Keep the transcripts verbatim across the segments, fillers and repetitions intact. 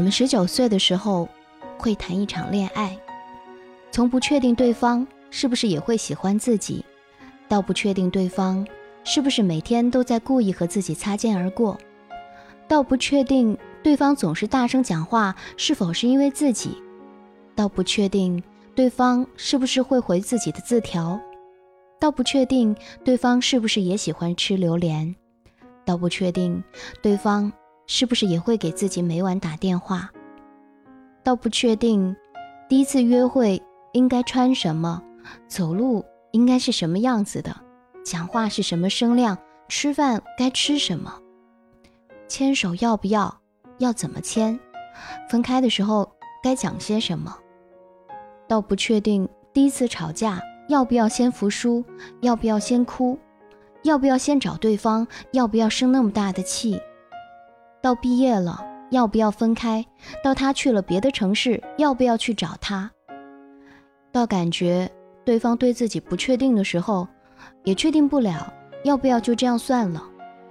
们十九岁的时候会谈一场恋爱，从不确定对方是不是也会喜欢自己，到不确定对方是不是每天都在故意和自己擦肩而过，到不确定对方总是大声讲话是否是因为自己，到不确定对方是不是会回自己的字条，到不确定对方是不是也喜欢吃榴莲，到不确定对方是不是也会给自己每晚打电话，到不确定第一次约会应该穿什么，走路应该是什么样子的，讲话是什么声量，吃饭该吃什么，牵手要不要，要怎么牵，分开的时候该讲些什么，到不确定第一次吵架要不要先服输，要不要先哭，要不要先找对方，要不要生那么大的气，到毕业了要不要分开，到他去了别的城市要不要去找他，到感觉对方对自己不确定的时候，也确定不了要不要就这样算了。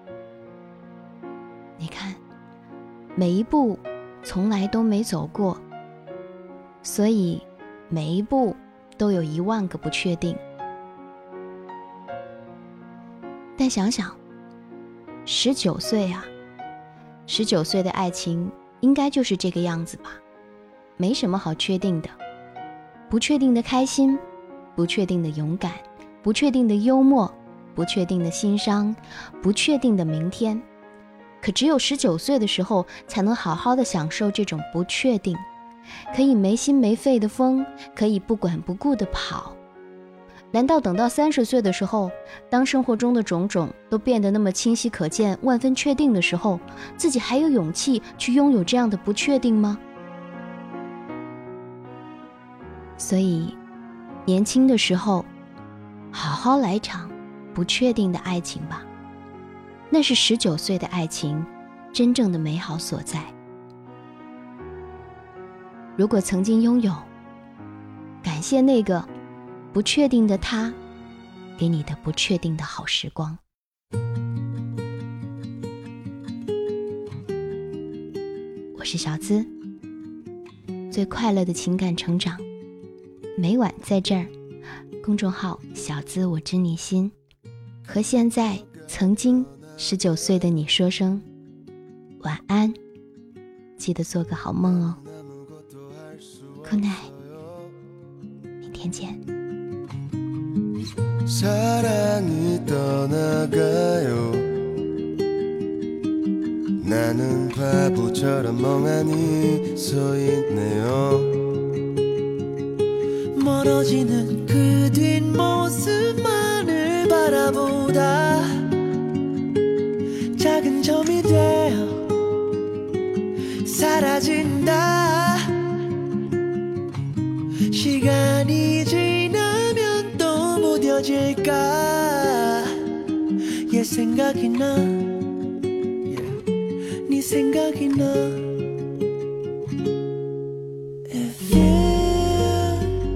你看，每一步从来都没走过，所以每一步都有一万个不确定。但想想十九岁啊，十九岁的爱情应该就是这个样子吧，没什么好确定的，不确定的开心，不确定的勇敢，不确定的幽默，不确定的心伤，不确定的明天。可只有十九岁的时候才能好好的享受这种不确定，可以没心没肺的疯，可以不管不顾的跑。难道等到三十岁的时候，当生活中的种种都变得那么清晰可见，万分确定的时候，自己还有勇气去拥有这样的不确定吗？所以年轻的时候好好来场不确定的爱情吧，那是十九岁的爱情真正的美好所在。如果曾经拥有，感谢那个不确定的他给你的不确定的好时光。我是小资，最快乐的情感成长每晚在这儿，公众号小资我知你心，和现在曾经十九岁的你说声晚安，记得做个好梦哦。 Good night， 明天见。 사랑이 떠나가요. 나는 바보처럼 멍하니 서 있네요. 멀어지는 그 뒷모습만을 바라보다 작은 점이 되어 사라진다. 시간이 지나면 또 무뎌질까. 얘 생각이 나, yeah. 네 생각이 나. If you,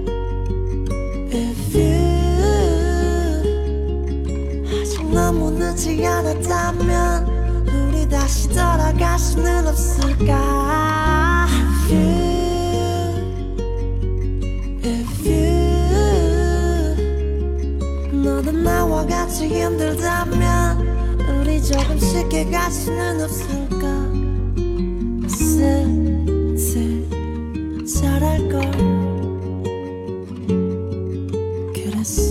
if you 아직 너무 늦지 않았다면 우리 다시 돌아갈 수는 없을까. If you, 나와 같이 힘들다면 우리 조금 쉽게 갈 수는 없을까. 슬슬 잘할걸 그랬어.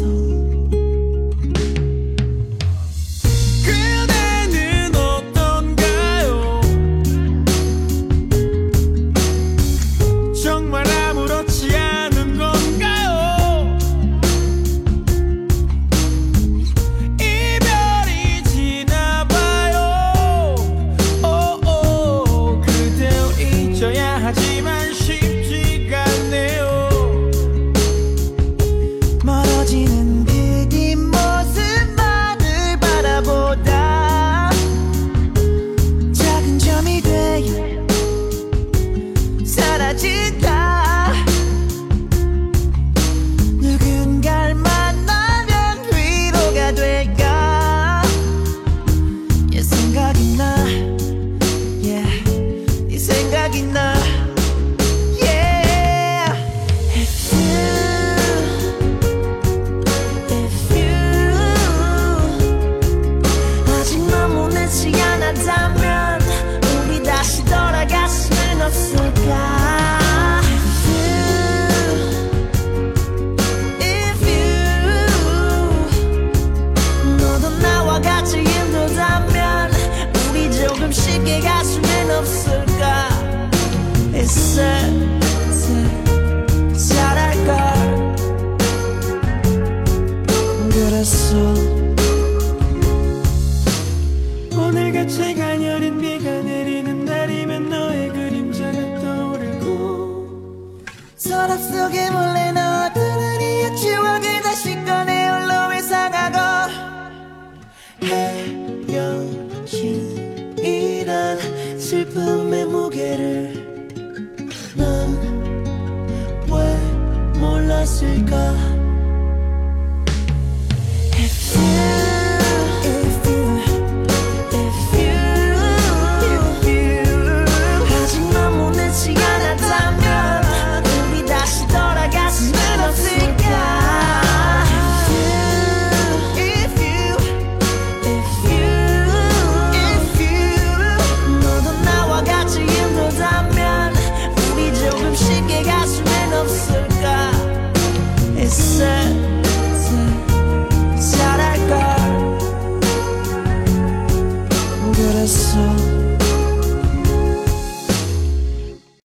그대는 어떤가요? 정말 아무렇지 않은 건가요? 하지만 쉽지가 않네. 하늘같이 가녀린 비가 내리는 날이면 너의 그림자가 떠오르고 서랍 속에 몰래 넣어두는 이 추억을 다시 꺼내 홀로 회상하고 헤어짐이란 슬픔의 무게를 난 왜 몰랐을까